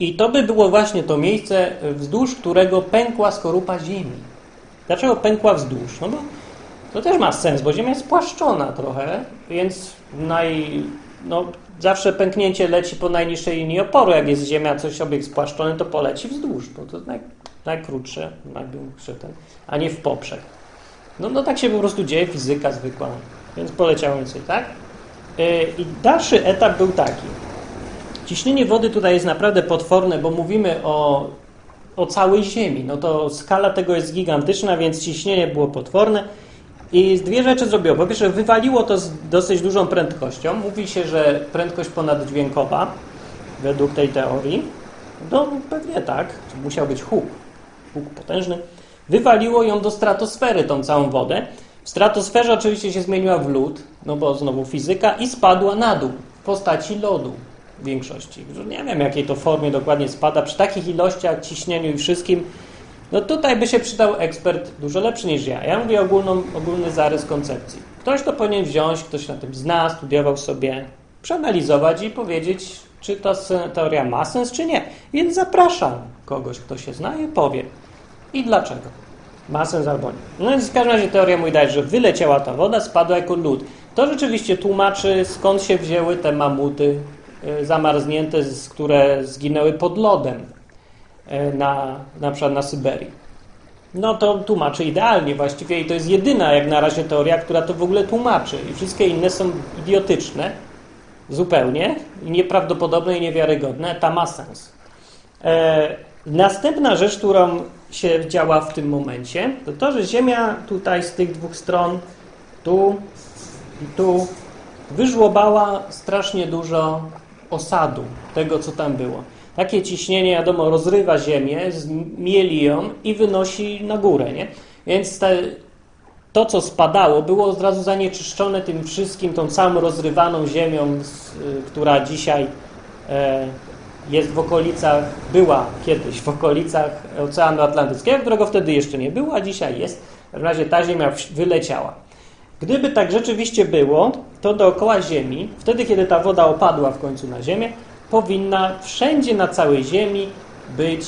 I to by było właśnie to miejsce, wzdłuż którego pękła skorupa ziemi. Dlaczego pękła wzdłuż? No bo to też ma sens, bo ziemia jest płaszczona trochę, więc naj, no, zawsze pęknięcie leci po najniższej linii oporu. Jak jest ziemia, coś obiekt spłaszczony, to poleci wzdłuż, bo to naj, najkrótsze, największe ten, a nie w poprzek. No, no tak się po prostu dzieje, fizyka zwykła, więc poleciało więcej, tak? Yy, I dalszy etap był taki. Ciśnienie wody tutaj jest naprawdę potworne, bo mówimy o, o całej Ziemi. No to skala tego jest gigantyczna, więc ciśnienie było potworne. I dwie rzeczy zrobiło. Po pierwsze, wywaliło to z dosyć dużą prędkością. Mówi się, że prędkość ponaddźwiękowa, według tej teorii, no pewnie tak, musiał być huk, huk potężny. Wywaliło ją do stratosfery, tą całą wodę. W stratosferze oczywiście się zmieniła w lód, no bo znowu fizyka, i spadła na dół w postaci lodu w większości. Nie wiem, jakiej to formie dokładnie spada. Przy takich ilościach, ciśnieniu i wszystkim, no tutaj by się przydał ekspert dużo lepszy niż ja. Ja mówię ogólną, ogólny zarys koncepcji. Ktoś to powinien wziąć, ktoś na tym zna, studiował sobie, przeanalizować i powiedzieć, czy ta teoria ma sens, czy nie. Więc zapraszam kogoś, kto się zna i powie. I dlaczego? Ma sens albo nie. No więc w każdym razie teoria mówi daje, że wyleciała ta woda, spadła jako lód. To rzeczywiście tłumaczy, skąd się wzięły te mamuty y, zamarznięte, z, które zginęły pod lodem y, na, na przykład na Syberii. No to tłumaczy idealnie właściwie i to jest jedyna jak na razie teoria, która to w ogóle tłumaczy. I wszystkie inne są idiotyczne zupełnie, i nieprawdopodobne i niewiarygodne. Ta ma sens. E, następna rzecz, którą się działa w tym momencie, to to, że Ziemia tutaj z tych dwóch stron, tu i tu, wyżłobała strasznie dużo osadu tego, co tam było. Takie ciśnienie, wiadomo, rozrywa Ziemię, mieli ją i wynosi na górę, nie? Więc te, to, co spadało, było od razu zanieczyszczone tym wszystkim, tą całą rozrywaną Ziemią, z, y, która dzisiaj e, jest w okolicach, była kiedyś w okolicach Oceanu Atlantyckiego, którego wtedy jeszcze nie było, a dzisiaj jest. W każdym razie ta Ziemia wyleciała. Gdyby tak rzeczywiście było, to dookoła Ziemi, wtedy kiedy ta woda opadła w końcu na Ziemię, powinna wszędzie na całej Ziemi być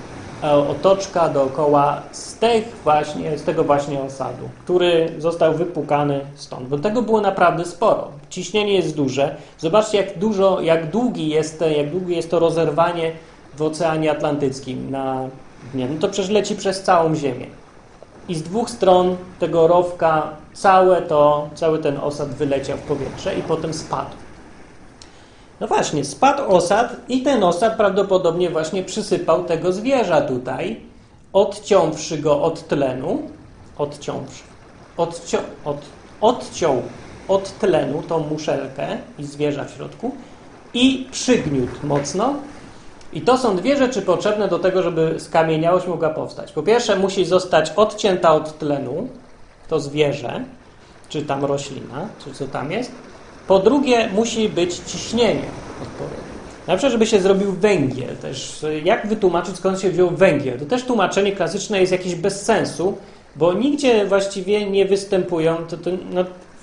otoczka dookoła z, tych właśnie, z tego właśnie osadu, który został wypłukany stąd. Bo tego było naprawdę sporo. Ciśnienie jest duże. Zobaczcie, jak dużo, jak długi jest, jak długie jest to rozerwanie w Oceanie Atlantyckim na dnie. No to przecież leci przez całą Ziemię. I z dwóch stron tego rowka całe to, cały ten osad wyleciał w powietrze i potem spadł. No właśnie, spadł osad i ten osad prawdopodobnie właśnie przysypał tego zwierza tutaj, odciąwszy go od tlenu, odciąwszy, odcią, od, odciął od tlenu tą muszelkę i zwierza w środku i przygniótł mocno. I to są dwie rzeczy potrzebne do tego, żeby skamieniałość mogła powstać. Po pierwsze, musi zostać odcięta od tlenu to zwierzę, czy tam roślina, czy co tam jest. Po drugie, musi być ciśnienie odpowiednie. Na przykład, żeby się zrobił węgiel też. Jak wytłumaczyć, skąd się wziął węgiel? To też tłumaczenie klasyczne jest jakieś bez sensu, bo nigdzie właściwie nie występują... To, to, no,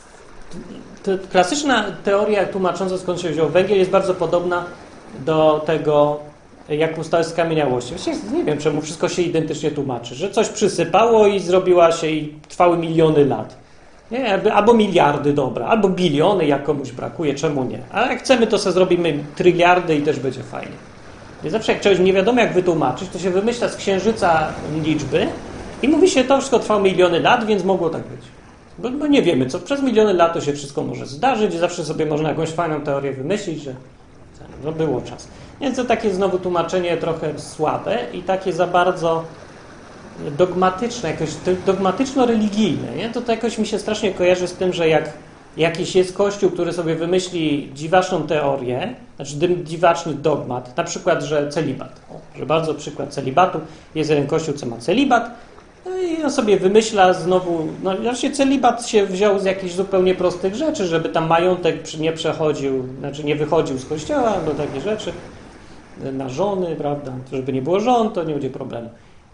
to klasyczna teoria tłumacząca, skąd się wziął węgiel, jest bardzo podobna do tego, jak powstały skamieniałości. Właściwie nie wiem, czemu wszystko się identycznie tłumaczy. Że coś przysypało i zrobiła się i trwały miliony lat. Nie, albo miliardy, dobra, albo biliony, jak komuś brakuje, czemu nie? A jak chcemy, to sobie zrobimy tryliardy i też będzie fajnie. I zawsze jak czegoś nie wiadomo jak wytłumaczyć, to się wymyśla z księżyca liczby i mówi się, to wszystko trwało miliony lat, więc mogło tak być. Bo, bo nie wiemy, co przez miliony lat to się wszystko może zdarzyć i zawsze sobie można jakąś fajną teorię wymyślić, że no było czas. Więc to takie znowu tłumaczenie trochę słabe i takie za bardzo dogmatyczne, jakoś dogmatyczno-religijne. Nie? To, to jakoś mi się strasznie kojarzy z tym, że jak jakiś jest kościół, który sobie wymyśli dziwaczną teorię, znaczy dziwaczny dogmat, na przykład, że celibat. O, że bardzo przykład celibatu. Jest jeden kościół, co ma celibat, no i on sobie wymyśla znowu, no znaczy celibat się wziął z jakichś zupełnie prostych rzeczy, żeby tam majątek nie przechodził, znaczy nie wychodził z kościoła, do takie rzeczy, na żony, prawda, żeby nie było żon, to nie będzie problemu.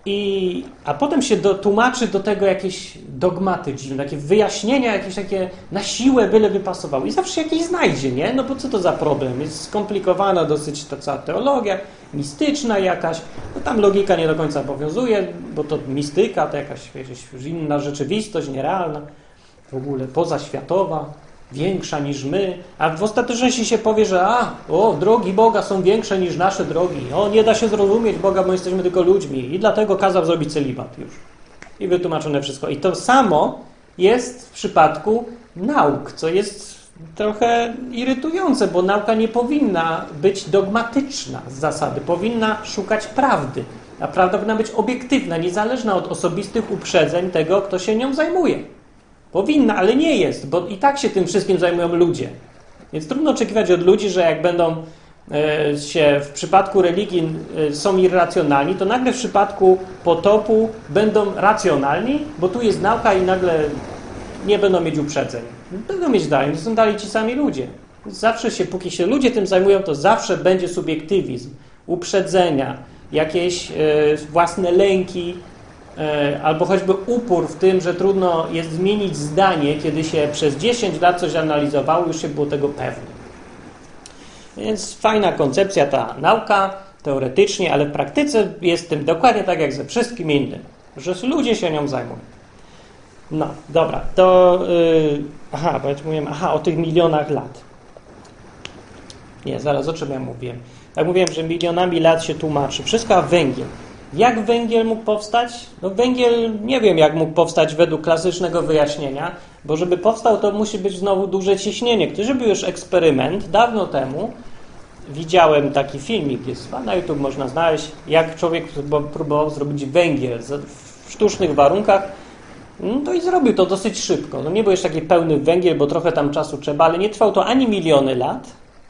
I, a potem się do, tłumaczy do tego jakieś dogmaty dziwne, takie wyjaśnienia, jakieś takie na siłę byle wypasowały. I zawsze jakieś znajdzie, nie? No bo co to za problem? Jest skomplikowana dosyć ta cała teologia, mistyczna jakaś. No tam logika nie do końca obowiązuje, bo to mistyka, to jakaś, jakaś inna rzeczywistość, nierealna, w ogóle pozaświatowa, większa niż my. A w ostateczności się powie, że a, o, drogi Boga są większe niż nasze drogi. O, nie da się zrozumieć Boga, bo jesteśmy tylko ludźmi. I dlatego kazał zrobić celibat już. I wytłumaczone wszystko. I to samo jest w przypadku nauk, co jest trochę irytujące, bo nauka nie powinna być dogmatyczna z zasady. Powinna szukać prawdy. A prawda powinna być obiektywna, niezależna od osobistych uprzedzeń tego, kto się nią zajmuje. Powinna, ale nie jest, bo i tak się tym wszystkim zajmują ludzie. Więc trudno oczekiwać od ludzi, że jak będą e, się w przypadku religii e, są irracjonalni, to nagle w przypadku potopu będą racjonalni, bo tu jest nauka i nagle nie będą mieć uprzedzeń. Będą mieć dalej, to są dalej ci sami ludzie. Zawsze się, póki się ludzie tym zajmują, to zawsze będzie subiektywizm, uprzedzenia, jakieś e, własne lęki, albo choćby upór w tym, że trudno jest zmienić zdanie, kiedy się przez dziesięć lat coś analizowało, już się było tego pewny. Więc fajna koncepcja ta nauka, teoretycznie, ale w praktyce jest tym dokładnie tak jak ze wszystkim innym, że ludzie się nią zajmują. No, dobra, to yy, aha, bo ja mówiłem, aha, o tych milionach lat. Nie, zaraz, o czym ja mówiłem? Jak mówiłem, że milionami lat się tłumaczy. Wszystko, a węgiel. Jak węgiel mógł powstać? No węgiel nie wiem, jak mógł powstać według klasycznego wyjaśnienia, bo żeby powstał, to musi być znowu duże ciśnienie. Ktoś robił już eksperyment dawno temu. Widziałem taki filmik, jest na YouTube, można znaleźć, jak człowiek próbował zrobić węgiel w sztucznych warunkach. No to i zrobił to dosyć szybko. No nie był jeszcze taki pełny węgiel, bo trochę tam czasu trzeba, ale nie trwało to ani miliony lat.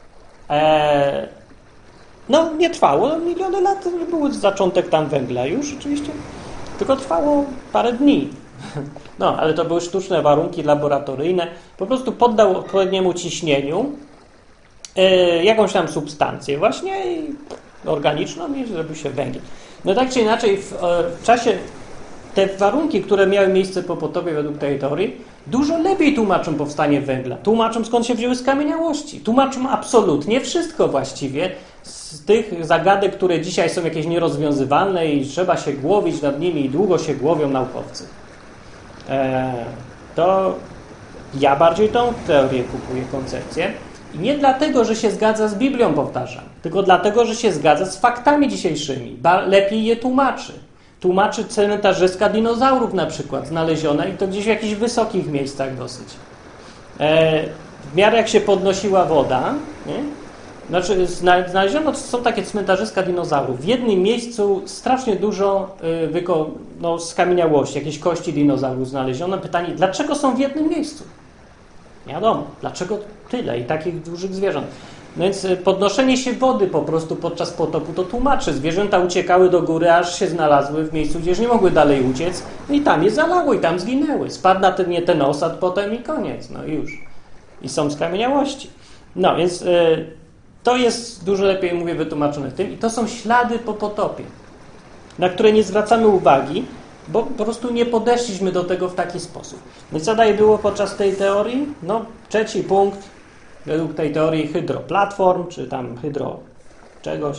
Eee, No, nie trwało, no, miliony lat, był zaczątek tam węgla już oczywiście, tylko trwało parę dni. No, ale to były sztuczne warunki laboratoryjne. Po prostu poddał odpowiedniemu ciśnieniu yy, jakąś tam substancję właśnie organiczną i zrobił się węgiel. No tak czy inaczej w, w czasie te warunki, które miały miejsce po potopie według tej teorii, dużo lepiej tłumaczą powstanie węgla. Tłumaczą, skąd się wzięły skamieniałości. Tłumaczą absolutnie wszystko właściwie z tych zagadek, które dzisiaj są jakieś nierozwiązywalne i trzeba się głowić nad nimi i długo się głowią naukowcy. Eee, to ja bardziej tą teorię kupuję, koncepcję. I nie dlatego, że się zgadza z Biblią, powtarzam, tylko dlatego, że się zgadza z faktami dzisiejszymi. Ba- lepiej je tłumaczy. Tłumaczy cmentarzyska dinozaurów na przykład, znalezione i to gdzieś w jakichś wysokich miejscach dosyć. E, w miarę jak się podnosiła woda, nie? Znaczy znaleziono, są takie cmentarzyska dinozaurów. W jednym miejscu strasznie dużo y, wyko, no, skamieniałości, jakieś kości dinozaurów znaleziono. Pytanie, dlaczego są w jednym miejscu? Nie wiadomo, dlaczego tyle i takich dużych zwierząt. No więc podnoszenie się wody po prostu podczas potopu to tłumaczy. Zwierzęta uciekały do góry, aż się znalazły w miejscu, gdzie już nie mogły dalej uciec i tam je zalało i tam zginęły. Spadł na ten, nie ten osad potem i koniec. No i już. I są skamieniałości. No więc y, to jest dużo lepiej, mówię, wytłumaczone w tym i to są ślady po potopie, na które nie zwracamy uwagi, bo po prostu nie podeszliśmy do tego w taki sposób. No i co dalej było podczas tej teorii? No trzeci punkt. Według tej teorii hydroplatform, czy tam hydro czegoś.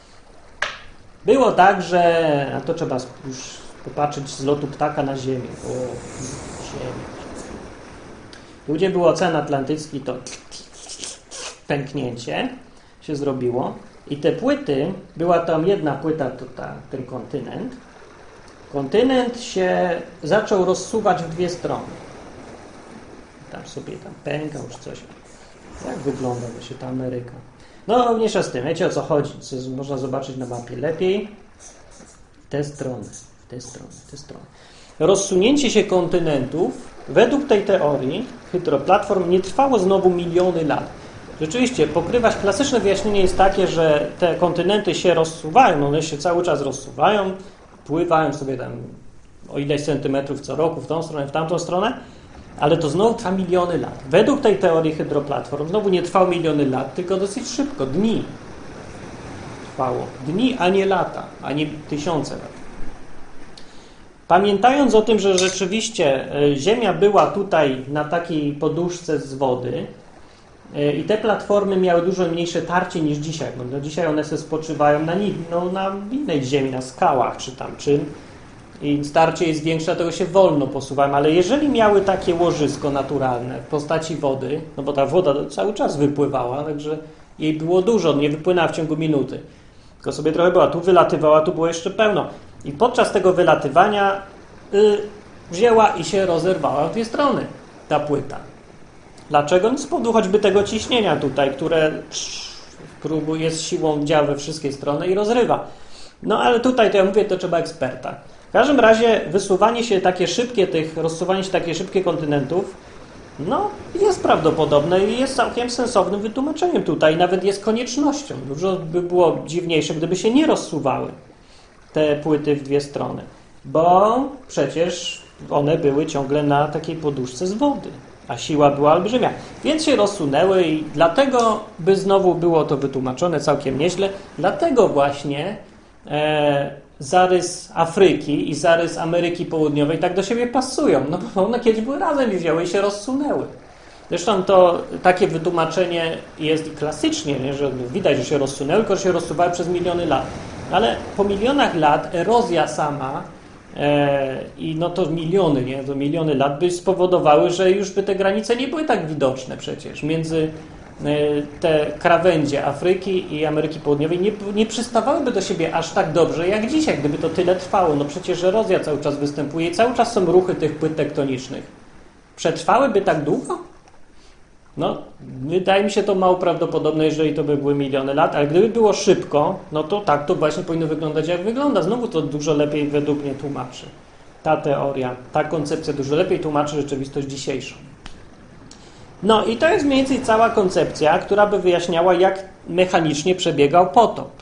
Było tak, że... A to trzeba już popatrzeć z lotu ptaka na Ziemię. O, Ziemię. Tu, gdzie był Ocean Atlantycki, to pęknięcie się zrobiło. I te płyty, była tam jedna płyta, to ta, ten kontynent. Kontynent się zaczął rozsuwać w dwie strony. Tam sobie tam pękał, czy coś. Jak wygląda właśnie ta Ameryka? No, mniejsza z tym. Wiecie, o co chodzi? Co można zobaczyć na mapie lepiej. W tę stronę, w tę stronę, w tę stronę. Rozsunięcie się kontynentów według tej teorii hydroplatform nie trwało znowu miliony lat. Rzeczywiście, pokrywać klasyczne wyjaśnienie jest takie, że te kontynenty się rozsuwają, one się cały czas rozsuwają, pływają sobie tam o ileś centymetrów co roku w tą stronę, w tamtą stronę, ale to znowu trwa miliony lat. Według tej teorii hydroplatform znowu nie trwało miliony lat, tylko dosyć szybko, dni trwało. Dni, a nie lata, a nie tysiące lat. pamiętając o tym, że rzeczywiście Ziemia była tutaj na takiej poduszce z wody i te platformy miały dużo mniejsze tarcie niż dzisiaj, bo no dzisiaj one se spoczywają na, no, na innej ziemi, na skałach czy tam czym i starcie jest większe, dlatego się wolno posuwają, ale jeżeli miały takie łożysko naturalne w postaci wody, no bo ta woda cały czas wypływała, także jej było dużo, nie wypłynęła w ciągu minuty, tylko sobie trochę była, tu wylatywała, tu było jeszcze pełno. I podczas tego wylatywania y, wzięła i się rozerwała w dwie strony ta płyta. Dlaczego? No z powodu choćby tego ciśnienia tutaj, które próbuje jest siłą działa we wszystkie strony i rozrywa. No ale tutaj to ja mówię, to trzeba eksperta. W każdym razie wysuwanie się takie szybkie tych, rozsuwanie się takie szybkie kontynentów, no jest prawdopodobne i jest całkiem sensownym wytłumaczeniem tutaj, nawet jest koniecznością. Dużo by było dziwniejsze, gdyby się nie rozsuwały te płyty w dwie strony, bo przecież one były ciągle na takiej poduszce z wody, a siła była olbrzymia. Więc się rozsunęły i dlatego by znowu było to wytłumaczone całkiem nieźle, dlatego właśnie e, zarys Afryki i zarys Ameryki Południowej tak do siebie pasują, no bo one kiedyś były razem i wzięły i się rozsunęły. Zresztą to takie wytłumaczenie jest klasycznie, nie, że widać, że się rozsunęły, tylko że się rozsuwały przez miliony lat. Ale po milionach lat erozja sama e, i no to miliony, nie, to miliony lat by spowodowały, że już by te granice nie były tak widoczne przecież. Między e, te krawędzie Afryki i Ameryki Południowej nie, nie przystawałyby do siebie aż tak dobrze jak dzisiaj, gdyby to tyle trwało. No przecież erozja cały czas występuje i cały czas są ruchy tych płyt tektonicznych. Przetrwałyby tak długo? No, wydaje mi się to mało prawdopodobne, jeżeli to by były miliony lat, ale gdyby było szybko, no to tak to właśnie powinno wyglądać, jak wygląda. Znowu to dużo lepiej według mnie tłumaczy. Ta teoria, ta koncepcja dużo lepiej tłumaczy rzeczywistość dzisiejszą. No i to jest mniej więcej cała koncepcja, która by wyjaśniała, jak mechanicznie przebiegał potop.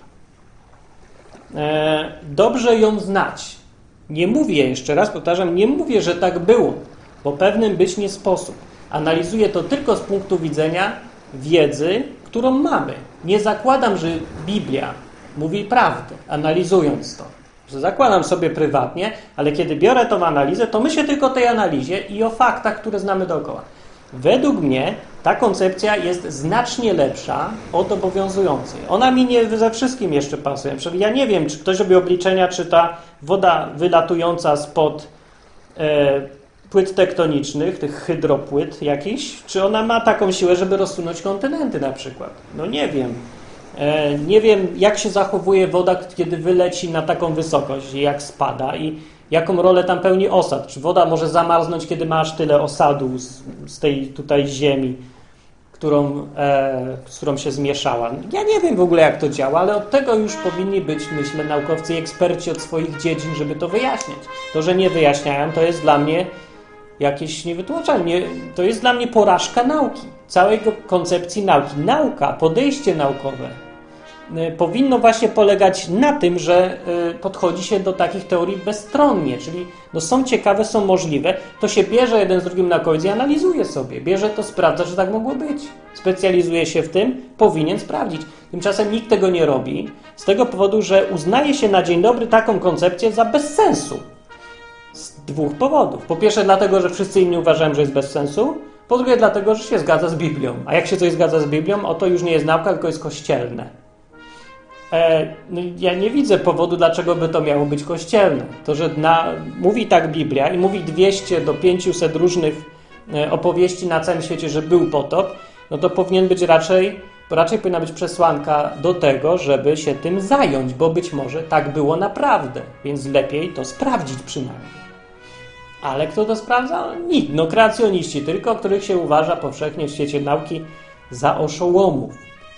E, dobrze ją znać. Nie mówię, jeszcze raz powtarzam, nie mówię, że tak było, bo pewnym być nie sposób. Analizuję to tylko z punktu widzenia wiedzy, którą mamy. Nie zakładam, że Biblia mówi prawdę, analizując to. Że zakładam sobie prywatnie, ale kiedy biorę tą analizę, to myślę tylko o tej analizie i o faktach, które znamy dookoła. Według mnie ta koncepcja jest znacznie lepsza od obowiązującej. Ona mi nie ze wszystkim jeszcze pasuje. Ja nie wiem, czy ktoś robi obliczenia, czy ta woda wylatująca spod e, płyt tektonicznych, tych hydropłyt jakichś, czy ona ma taką siłę, żeby rozsunąć kontynenty na przykład. No nie wiem. E, nie wiem, jak się zachowuje woda, kiedy wyleci na taką wysokość i jak spada i jaką rolę tam pełni osad. Czy woda może zamarznąć, kiedy masz tyle osadu z, z tej tutaj ziemi, którą, e, z którą się zmieszała. Ja nie wiem w ogóle, jak to działa, ale od tego już powinni być, myślę, naukowcy i eksperci od swoich dziedzin, żeby to wyjaśniać. To, że nie wyjaśniają, to jest dla mnie jakieś niewytłumaczalne. To jest dla mnie porażka nauki, całej koncepcji nauki. Nauka, podejście naukowe powinno właśnie polegać na tym, że podchodzi się do takich teorii bezstronnie, czyli no są ciekawe, są możliwe, to się bierze jeden z drugim na końcu i analizuje sobie, bierze to, sprawdza, że tak mogło być. Specjalizuje się w tym, powinien sprawdzić. Tymczasem nikt tego nie robi, z tego powodu, że uznaje się na dzień dobry taką koncepcję za bez sensu. Z dwóch powodów. Po pierwsze dlatego, że wszyscy inni uważają, że jest bez sensu, po drugie dlatego, że się zgadza z Biblią. A jak się coś zgadza z Biblią, o to już nie jest nauka, tylko jest kościelne. E, no ja nie widzę powodu, dlaczego by to miało być kościelne. To, że na, mówi tak Biblia i mówi dwieście do pięciuset różnych e, opowieści na całym świecie, że był potop, no to powinien być raczej, raczej powinna być przesłanka do tego, żeby się tym zająć, bo być może tak było naprawdę, więc lepiej to sprawdzić przynajmniej. Ale kto to sprawdza? Nikt. No kreacjoniści tylko, których się uważa powszechnie w świecie nauki za oszołomów.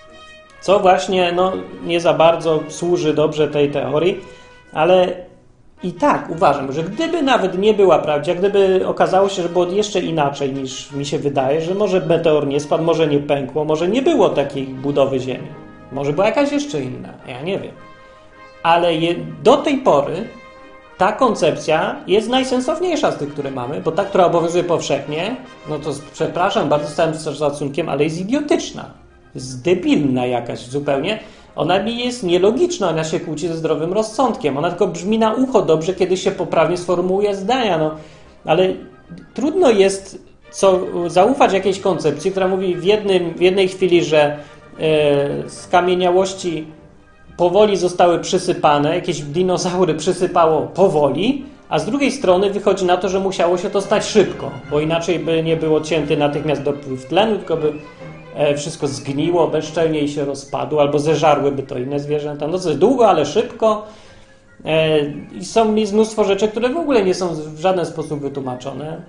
Co właśnie no, nie za bardzo służy dobrze tej teorii, ale i tak uważam, że gdyby nawet nie była prawdziwa, gdyby okazało się, że było jeszcze inaczej niż mi się wydaje, że może meteor nie spadł, może nie pękło, może nie było takiej budowy Ziemi, może była jakaś jeszcze inna, ja nie wiem. Ale je, do tej pory ta koncepcja jest najsensowniejsza z tych, które mamy, bo ta, która obowiązuje powszechnie, no to przepraszam bardzo z całym szacunkiem, ale jest idiotyczna. Jest debilna jakaś zupełnie, Ona mi jest nielogiczna, ona się kłóci ze zdrowym rozsądkiem. Ona tylko brzmi na ucho dobrze, kiedy się poprawnie sformułuje zdania. No, ale trudno jest co, zaufać jakiejś koncepcji, która mówi w, jednym, w jednej chwili, że e, skamieniałości powoli zostały przysypane, jakieś dinozaury przysypało powoli, a z drugiej strony wychodzi na to, że musiało się to stać szybko, bo inaczej by nie było cięty natychmiast dopływ tlenu, tylko by wszystko zgniło bezczelnie i się rozpadło, albo zeżarłyby to inne zwierzęta. No coś długo, ale szybko. I są jest mnóstwo rzeczy, które w ogóle nie są w żaden sposób wytłumaczone.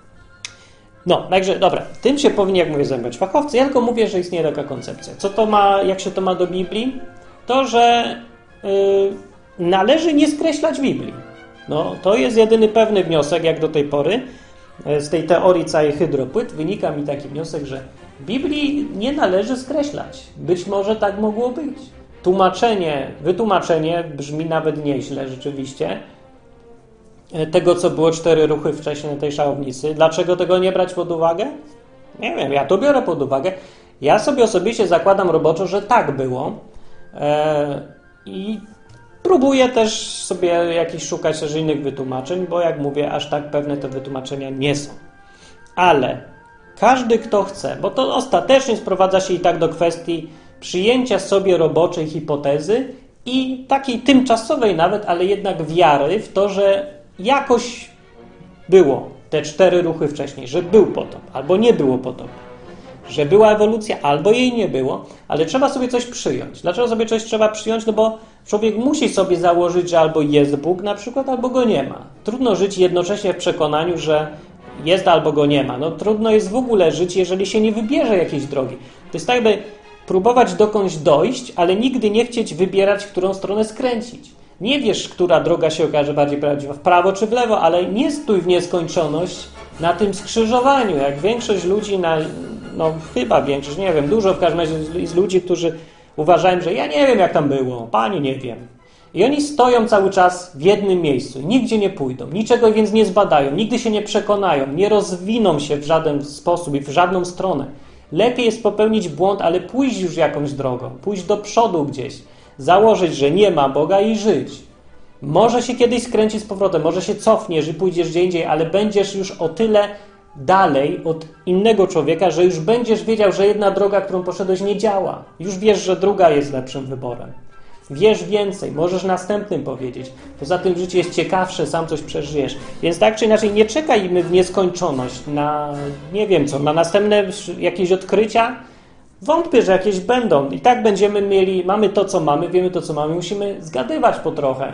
No, także dobra, tym się powinni, jak mówię, zajmować fachowcy. Ja tylko mówię, że istnieje taka koncepcja. Co to ma, jak się to ma do Biblii? To, że yy, należy nie skreślać Biblii. No, to jest jedyny pewny wniosek, jak do tej pory. Z tej teorii całej hydropłyt wynika mi taki wniosek, że Biblii nie należy skreślać. Być może tak mogło być. Tłumaczenie, wytłumaczenie brzmi nawet nieźle rzeczywiście. Tego, co było cztery ruchy wcześniej na tej szałownicy. Dlaczego tego nie brać pod uwagę? Nie wiem, ja to biorę pod uwagę. Ja sobie osobiście zakładam roboczo, że tak było. Eee, I próbuję też sobie jakichś szukać też innych wytłumaczeń, bo jak mówię, aż tak pewne te wytłumaczenia nie są. Ale każdy, kto chce, bo to ostatecznie sprowadza się i tak do kwestii przyjęcia sobie roboczej hipotezy i takiej tymczasowej nawet, ale jednak wiary w to, że jakoś było te cztery ruchy wcześniej, że był potop, albo nie było potopu, że była ewolucja, albo jej nie było, ale trzeba sobie coś przyjąć. Dlaczego sobie coś trzeba przyjąć? No bo człowiek musi sobie założyć, że albo jest Bóg na przykład, albo go nie ma. Trudno żyć jednocześnie w przekonaniu, że jest albo go nie ma. No trudno jest w ogóle żyć, jeżeli się nie wybierze jakiejś drogi. To jest tak, jakby próbować dokądś dojść, ale nigdy nie chcieć wybierać, w którą stronę skręcić. Nie wiesz, która droga się okaże bardziej prawdziwa, w prawo czy w lewo, ale nie stój w nieskończoność na tym skrzyżowaniu. Jak większość ludzi, na, no chyba większość, nie wiem, dużo w każdym razie z ludzi, którzy uważają, że ja nie wiem, jak tam było, pani nie wiem. I oni stoją cały czas w jednym miejscu, nigdzie nie pójdą, niczego więc nie zbadają, nigdy się nie przekonają, nie rozwiną się w żaden sposób i w żadną stronę. Lepiej jest popełnić błąd, ale pójść już jakąś drogą, pójść do przodu gdzieś, założyć, że nie ma Boga i żyć. Może się kiedyś skręcić z powrotem, może się cofniesz i pójdziesz gdzie indziej, ale będziesz już o tyle dalej od innego człowieka, że już będziesz wiedział, że jedna droga, którą poszedłeś, nie działa. Już wiesz, że druga jest lepszym wyborem. Wiesz więcej, możesz następnym powiedzieć. Poza tym życie jest ciekawsze, sam coś przeżyjesz. Więc tak czy inaczej nie czekajmy w nieskończoność na, nie wiem co, na następne jakieś odkrycia. Wątpię, że jakieś będą. I tak będziemy mieli, mamy to, co mamy, wiemy to, co mamy. Musimy zgadywać po trochę,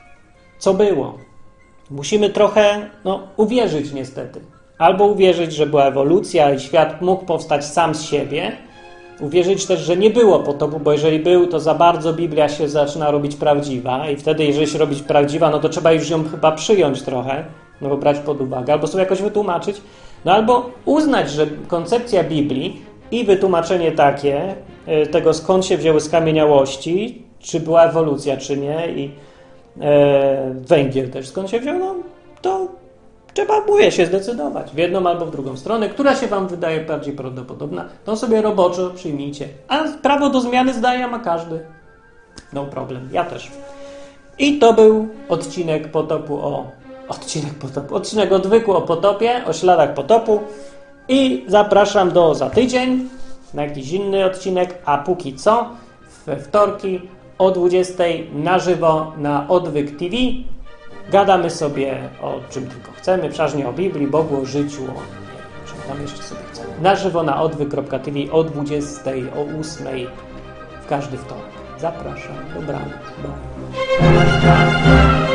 co było. Musimy trochę, no, uwierzyć niestety. Albo uwierzyć, że była ewolucja i świat mógł powstać sam z siebie. Uwierzyć też, że nie było potopu, bo jeżeli był, to za bardzo Biblia się zaczyna robić prawdziwa i wtedy, jeżeli się robić prawdziwa, no to trzeba już ją chyba przyjąć trochę, no bo brać pod uwagę, albo sobie jakoś wytłumaczyć, no albo uznać, że koncepcja Biblii i wytłumaczenie takie, tego skąd się wzięły skamieniałości, czy była ewolucja, czy nie, i e, węgiel też skąd się wziął, no to trzeba, mówię, się zdecydować w jedną albo w drugą stronę, która się wam wydaje bardziej prawdopodobna, to sobie roboczo przyjmijcie. A prawo do zmiany zdania ma każdy. No problem, ja też. I to był odcinek potopu o... Odcinek potopu, odcinek odwyku o potopie, o śladach potopu. I zapraszam do za tydzień na jakiś inny odcinek, a póki co we wtorki o dwudziestej na żywo na Odwyk T V. Gadamy sobie o czym tylko chcemy, przeważnie o Biblii, Bogu, o życiu, o nie wiem, czym tam jeszcze sobie chcemy. Na żywo na odwyk kropka t v o dwudziestej, o ósmej w każdy wtorek. Zapraszam, dobranoc. Bye.